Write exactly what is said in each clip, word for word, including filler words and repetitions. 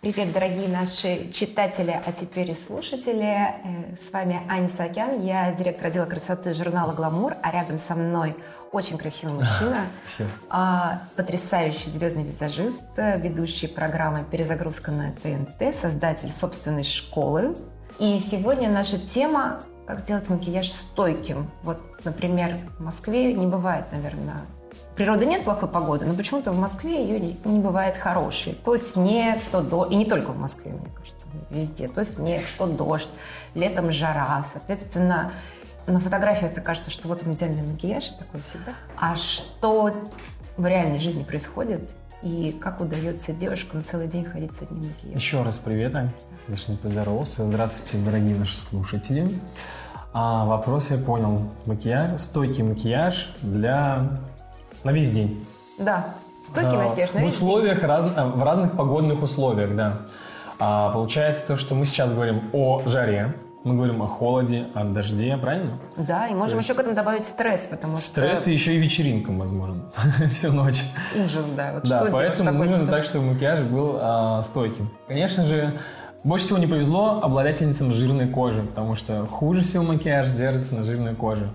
Привет, дорогие наши читатели, а теперь и слушатели. С вами Аня Саакян, я директор отдела красоты журнала «Гламур», а рядом со мной очень красивый мужчина, потрясающий звездный визажист, ведущий программы «Перезагрузка» на ТНТ, создатель собственной школы. И сегодня наша тема – как сделать макияж стойким. Вот, например, в Москве не бывает, наверное, природы нет плохой погоды, но почему-то в Москве ее не, не бывает хорошей. То снег, то дождь. И не только в Москве, мне кажется, везде. То снег, то дождь, летом жара. Соответственно, на фотографиях это кажется, что вот он идеальный макияж, и такой всегда. А что в реальной жизни происходит? И как удается девушкам целый день ходить с одним макияжем? Еще раз привет, Ань. Даже не поздоровался. Здравствуйте, дорогие наши слушатели. А, вопрос я понял. Макияж, стойкий макияж для... на весь день. Да, стойкий а, макияж на в весь условиях день. Раз, в разных погодных условиях, да. А, получается то, что мы сейчас говорим о жаре, мы говорим о холоде, о дожде, правильно? Да, и можем есть... еще к этому добавить стресс, потому стресс что... Стресс и еще и вечеринкам, возможно, всю ночь. Ужас, да. Вот да, что поэтому нужно ситуации? так, чтобы макияж был а, стойким. Конечно же, больше всего не повезло обладательницам жирной кожи, потому что хуже всего макияж держится на жирной коже.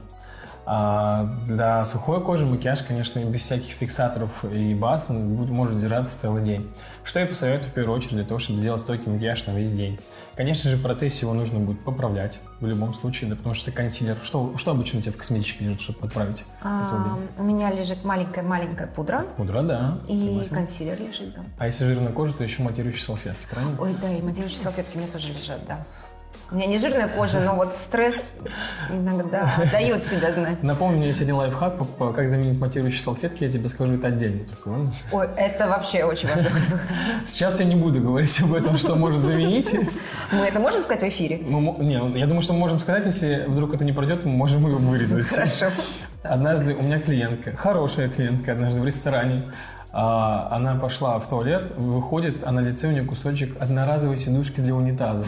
А для сухой кожи макияж, конечно, без всяких фиксаторов и баз он будет, может держаться целый день. Что я посоветую в первую очередь для того, чтобы сделать стойкий макияж на весь день? Конечно же, в процессе его нужно будет поправлять в любом случае, да, потому что консилер... Что, что обычно у тебя в косметичке лежит, чтобы подправить? А, у меня лежит маленькая-маленькая пудра. Пудра, да. И согласен. Консилер лежит, да. А если жирная кожа, то еще матирующие салфетки, правильно? Ой, да, и матирующие салфетки у меня тоже лежат, да. У меня не жирная кожа, но вот стресс иногда дает себя знать. Напомню, у меня есть один лайфхак, как заменить матирующие салфетки, я тебе скажу это отдельно. Только, ладно? Ой, это вообще очень важно. Сейчас я не буду говорить об этом, что может заменить. Мы это можем сказать в эфире? Мы, не, я думаю, что мы можем сказать, если вдруг это не пройдет, мы можем ее вырезать. Хорошо. Однажды у меня клиентка, хорошая клиентка, однажды в ресторане, она пошла в туалет, выходит, а на лице у нее кусочек одноразовой сидушки для унитаза.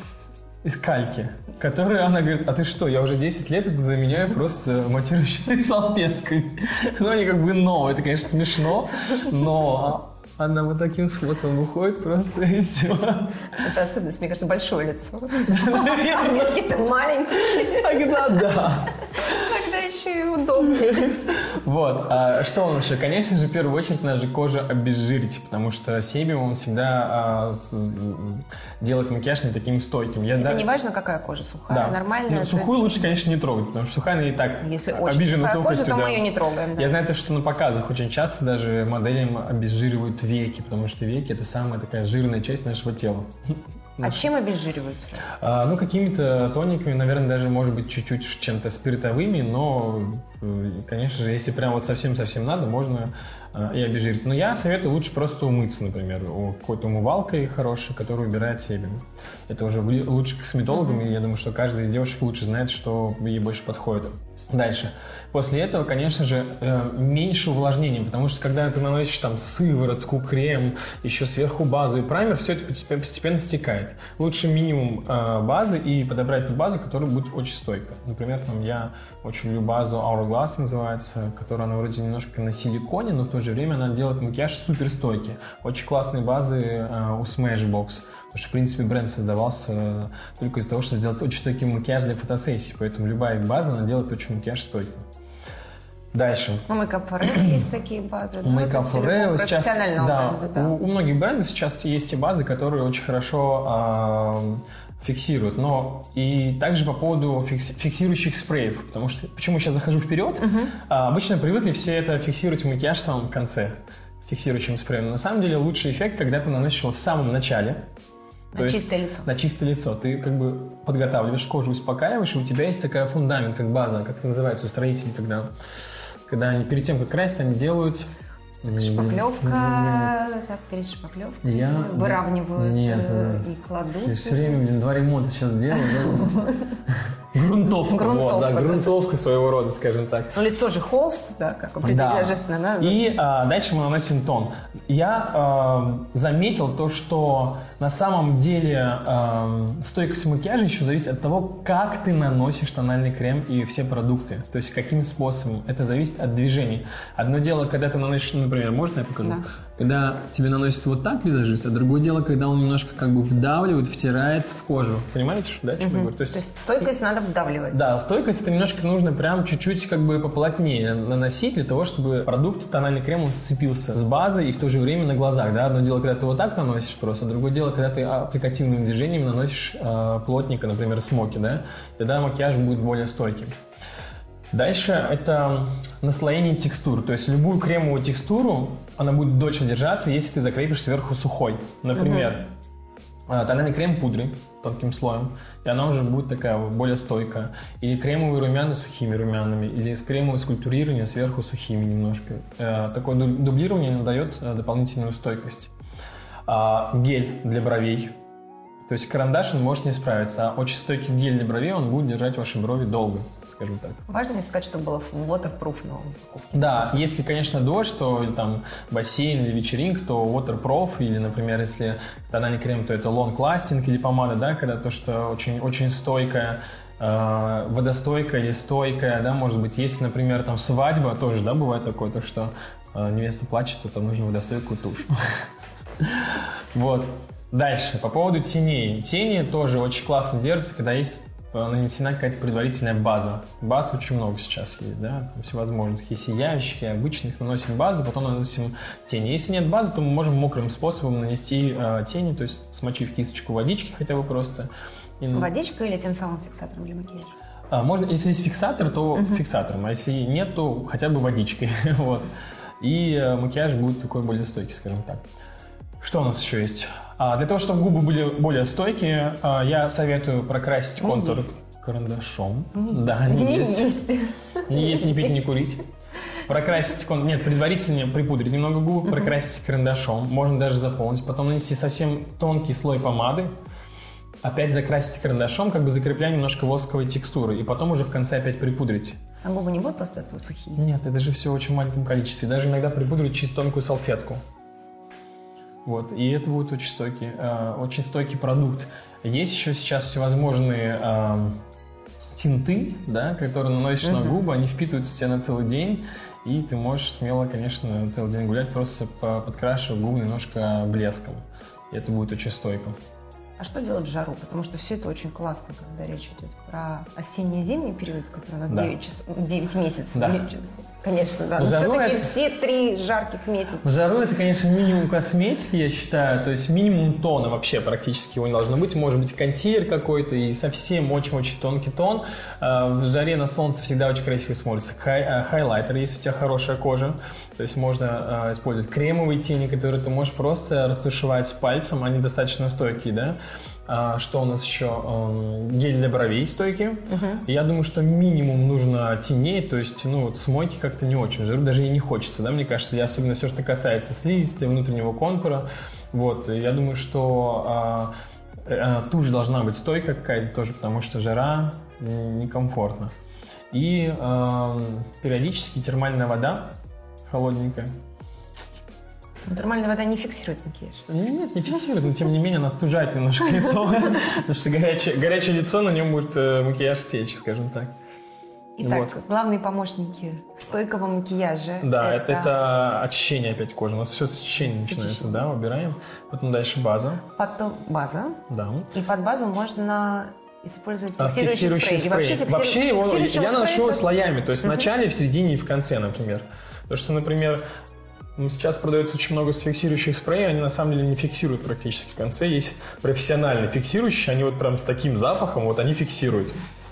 Из кальки, которую она говорит, а ты что, я уже десять лет это заменяю просто матирующей салфеткой. Ну, они как бы новые, это, конечно, смешно, но она вот таким способом выходит просто и все. Это особенность, мне кажется, большое лицо. Салфетки-то маленькие. Тогда да. Тогда еще и удобнее. Вот. А что у нас еще? Конечно же, в первую очередь надо же кожу обезжирить, потому что себум, он всегда а, с, делает макияж не таким стойким. Я, это да... не важно, какая кожа, сухая, да. нормальная. Ну, сухую лучше, конечно, не трогать, потому что сухая она и так если обижена очень сухостью. Кожа, то да. мы ее не трогаем. Да. Я знаю то, что на показах очень часто даже моделям обезжиривают веки, потому что веки – это самая такая жирная часть нашего тела. А чем обезжиривают? А, ну, какими-то тониками, наверное, даже, может быть, чуть-чуть чем-то спиртовыми, но, конечно же, если прям вот совсем-совсем надо, можно а, и обезжирить. Но я советую лучше просто умыться, например, какой-то умывалкой хорошей, которая убирает себум. Это уже лучше к косметологам, mm-hmm. и я думаю, что каждая из девушек лучше знает, что ей больше подходит. Дальше. После этого, конечно же, меньше увлажнения, потому что когда ты наносишь там сыворотку, крем, еще сверху базу и праймер, все это постепенно, постепенно стекает. Лучше минимум базы и подобрать ту базу, которая будет очень стойкая. Например, там я очень люблю базу Hourglass называется, которая она вроде немножко на силиконе, но в то же время она делает макияж супер стойкий. Очень классные базы у Smashbox. Потому что, в принципе, бренд создавался только из-за того, чтобы сделать очень стойкий макияж для фотосессии. Поэтому любая база, она делает очень макияж стойким. Дальше. У Makeup Forever есть такие базы. У Makeup Forever сейчас, да, бренда, да. У, у многих брендов сейчас есть и базы, которые очень хорошо э, фиксируют. Но и также по поводу фикси- фиксирующих спреев. Потому что, почему сейчас захожу вперед, uh-huh. а, обычно привыкли все это фиксировать макияж в самом конце. Фиксирующим спреем. Но на самом деле лучший эффект, когда ты наносишь его в самом начале. На чистое лицо. На чистое лицо. Ты как бы подготавливаешь кожу, успокаиваешь, и у тебя есть такая фундамент, как база, как это называется у строителей, когда, когда они перед тем, как красить, они делают... Шпаклевка, так, перед шпаклевкой я... выравнивают Нет, и кладут. Я все время, блин, два ремонта сейчас делаю. Грунтовка, Грунтовка, вот, да, да. грунтовка своего рода, скажем так. Ну, лицо же холст, да, как у предвижественно, да. И а, дальше мы наносим тон. Я а, заметил то, что на самом деле а, стойкость макияжа еще зависит от того, как ты наносишь тональный крем и все продукты. То есть каким способом. Это зависит от движений. Одно дело, когда ты наносишь, ну, например, можно я покажу? Да. когда тебе наносит вот так визажист, а другое дело, когда он немножко как бы вдавливает, втирает в кожу. Понимаете, да, о чем угу. я говорю? То есть, То есть стойкость надо вдавливать. Да, стойкость это немножко нужно прям чуть-чуть как бы поплотнее наносить для того, чтобы продукт, тональный крем, он сцепился с базой и в то же время на глазах. Да? Одно дело, когда ты вот так наносишь просто, а другое дело, когда ты аппликативными движениями наносишь э, плотненько, например, смоки, да? Тогда макияж будет более стойким. Дальше это наслоение текстур. То есть любую кремовую текстуру, она будет дольше держаться, если ты закрепишь сверху сухой. Например, угу. тональный крем пудрой тонким слоем, и она уже будет такая более стойкая. Или кремовые румяна сухими румянами, или с кремовое скульптурирование сверху сухими немножко. Такое дублирование дает дополнительную стойкость. Гель для бровей. То есть карандаш он может не справиться, а очень стойкий гель для бровей, он будет держать ваши брови долго, скажем так. Важно искать, чтобы было waterproof на упаковке. Да, если, конечно, дождь, то или там бассейн или вечеринка, то waterproof, или, например, если тональный крем, то это long lasting или помада, да, когда то, что очень, очень стойкая, э, водостойкая или стойкая, да, может быть. Если, например, там свадьба, тоже, да, бывает такое, то, что э, невеста плачет, то там нужно водостойкую тушь. Вот. Дальше, по поводу теней. Тени тоже очень классно держатся, когда есть нанесена какая-то предварительная база. Баз очень много сейчас есть, да, там всевозможных. Есть сияющие, обычных, наносим базу, потом наносим тени. Если нет базы, то мы можем мокрым способом нанести э, тени, то есть смочив кисточку водички хотя бы просто. И... Водичка или тем самым фиксатором для макияжа? А, можно, если есть фиксатор, то uh-huh. фиксатором, а если нет, то хотя бы водичкой. Вот. И э, макияж будет такой более стойкий, скажем так. Что у нас еще есть? А, для того, чтобы губы были более стойкие, а, я советую прокрасить не контур есть. карандашом. Не да, не, не есть. есть. Не есть, не пить, не курить. Прокрасить контур. Нет, предварительно припудрить немного губы, uh-huh. прокрасить карандашом. Можно даже заполнить. Потом нанести совсем тонкий слой помады. Опять закрасить карандашом, как бы закрепляя немножко восковой текстуры. И потом уже в конце опять припудрить. А губы не будут после этого сухие? Нет, это же все в очень маленьком количестве. Даже иногда припудрить чисто тонкую салфетку. Вот, и это будет очень стойкий, э, очень стойкий продукт. Есть еще сейчас всевозможные э, тинты, да, которые наносишь uh-huh. на губы, они впитываются в тебя на целый день, и ты можешь смело, конечно, целый день гулять, просто подкрашивая губы немножко блеском. И это будет очень стойко. А что делать в жару? Потому что все это очень классно, когда речь идет про осенне-зимний период, который у нас да. девять, часов, девять месяцев. Да. Конечно, да. Но все-таки это... все три жарких месяца. В жару это, конечно, минимум косметики, я считаю. То есть минимум тона вообще практически его не должно быть. Может быть консилер какой-то и совсем очень-очень тонкий тон. В жаре на солнце всегда очень красиво смотрится. Хай, хайлайтер, если у тебя хорошая кожа. То есть можно использовать кремовые тени, которые ты можешь просто растушевать пальцем. Они достаточно стойкие, да. А, что у нас еще? Гель для бровей стойкий. Uh-huh. Я думаю, что минимум нужно теней, то есть, ну, вот смойки как-то не очень. Жару даже и не хочется, да, мне кажется, особенно все, что касается слизистой, внутреннего контура. Вот, я думаю, что а, а, тушь должна быть стойкая какая-то тоже, потому что жара некомфортно. И а, периодически термальная вода холодненькая. Термальная вода не фиксирует макияж? Нет, не фиксирует, но тем не менее она стужает немножко лицо, потому что горячее, горячее лицо, на нем будет макияж течь, скажем так. Итак, вот. Главные помощники стойкого макияжа. Да, это... Это, это очищение опять кожи. У нас все с очищения начинается, да, убираем. Потом дальше база. Потом база. Да. И под базу можно использовать фиксирующий, фиксирующий спрей. спрей. И вообще, вообще фиксиру... его я наношу слоями, то есть в начале, в середине и в конце, например. Потому что, например, сейчас продается очень много фиксирующих спреев, они на самом деле не фиксируют практически в конце. Есть профессиональные фиксирующие, они вот прям с таким запахом, вот они фиксируют.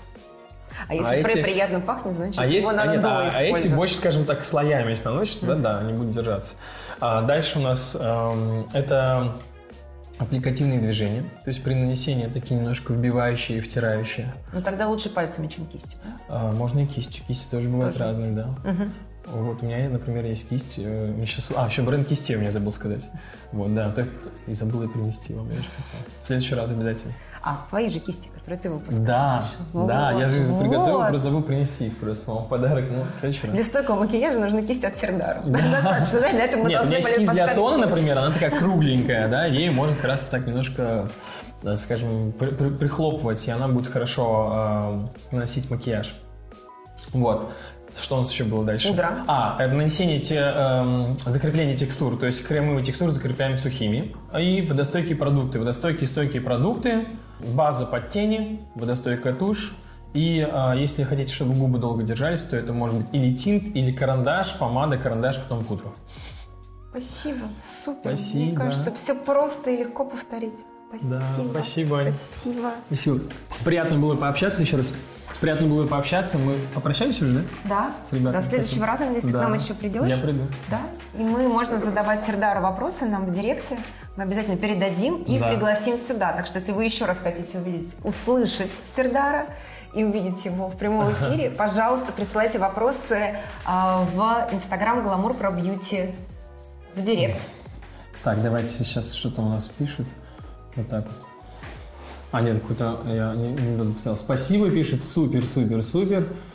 А если а спрей эти... приятно пахнет, значит а его есть, надо а, дома а, использовать. А эти больше, скажем так, слоями, если наносишь, тогда mm-hmm. да, они будут держаться. А дальше у нас эм, это аппликативные движения, то есть при нанесении такие немножко вбивающие и втирающие. Ну тогда лучше пальцами, чем кистью, да? А, можно и кистью, кисти тоже бывают тоже разные, да. Угу. Вот у меня, например, есть кисть. Мне сейчас... А, еще бренд кистей у меня забыл сказать. Вот, да. То есть, и забыл и принести вам, я же хотел. В следующий раз обязательно. А, твои же кисти, которые ты выпускаешь. Да, вот. да, я же вот. приготовил, просто забыл принести их просто вам в подарок. Ну, в следующий раз. Для стойкого макияжа нужны кисти от Сердару. Достаточно, да? На этом мы Нет, должны были поставить. Нет, есть кисть для тона, например, она такая кругленькая, да, ей можно как раз так немножко, скажем, при- при- прихлопывать, и она будет хорошо наносить макияж. Вот. Что у нас еще было дальше? Пудра. А, это нанесение, те, эм, закрепление текстур. То есть кремовые текстуры закрепляем сухими. И водостойкие продукты. Водостойкие стойкие продукты. База под тени. Водостойкая тушь. И э, если хотите, чтобы губы долго держались, то это может быть или тинт, или карандаш, помада, карандаш, потом пудра. Спасибо, супер. Спасибо. Мне кажется, все просто и легко повторить. Спасибо. Да, спасибо. Спасибо. Спасибо. Приятно было пообщаться еще раз. Приятно было пообщаться. Мы попрощались уже, да? Да. С ребятами. До следующего Спасибо. раза, надеюсь, ты Да. к нам еще придешь. Я приду. Да. И мы, можно задавать Сердару вопросы нам в директе. Мы обязательно передадим и Да. пригласим сюда. Так что, если вы еще раз хотите увидеть, услышать Сердара и увидеть его в прямом эфире, пожалуйста, присылайте вопросы а, в Инстаграм Glamour про бьюти в директ. Так, давайте сейчас что-то у нас пишут. Вот так вот. А, нет, какой-то я не, не буду писать. Спасибо, пишет. Супер, супер, супер.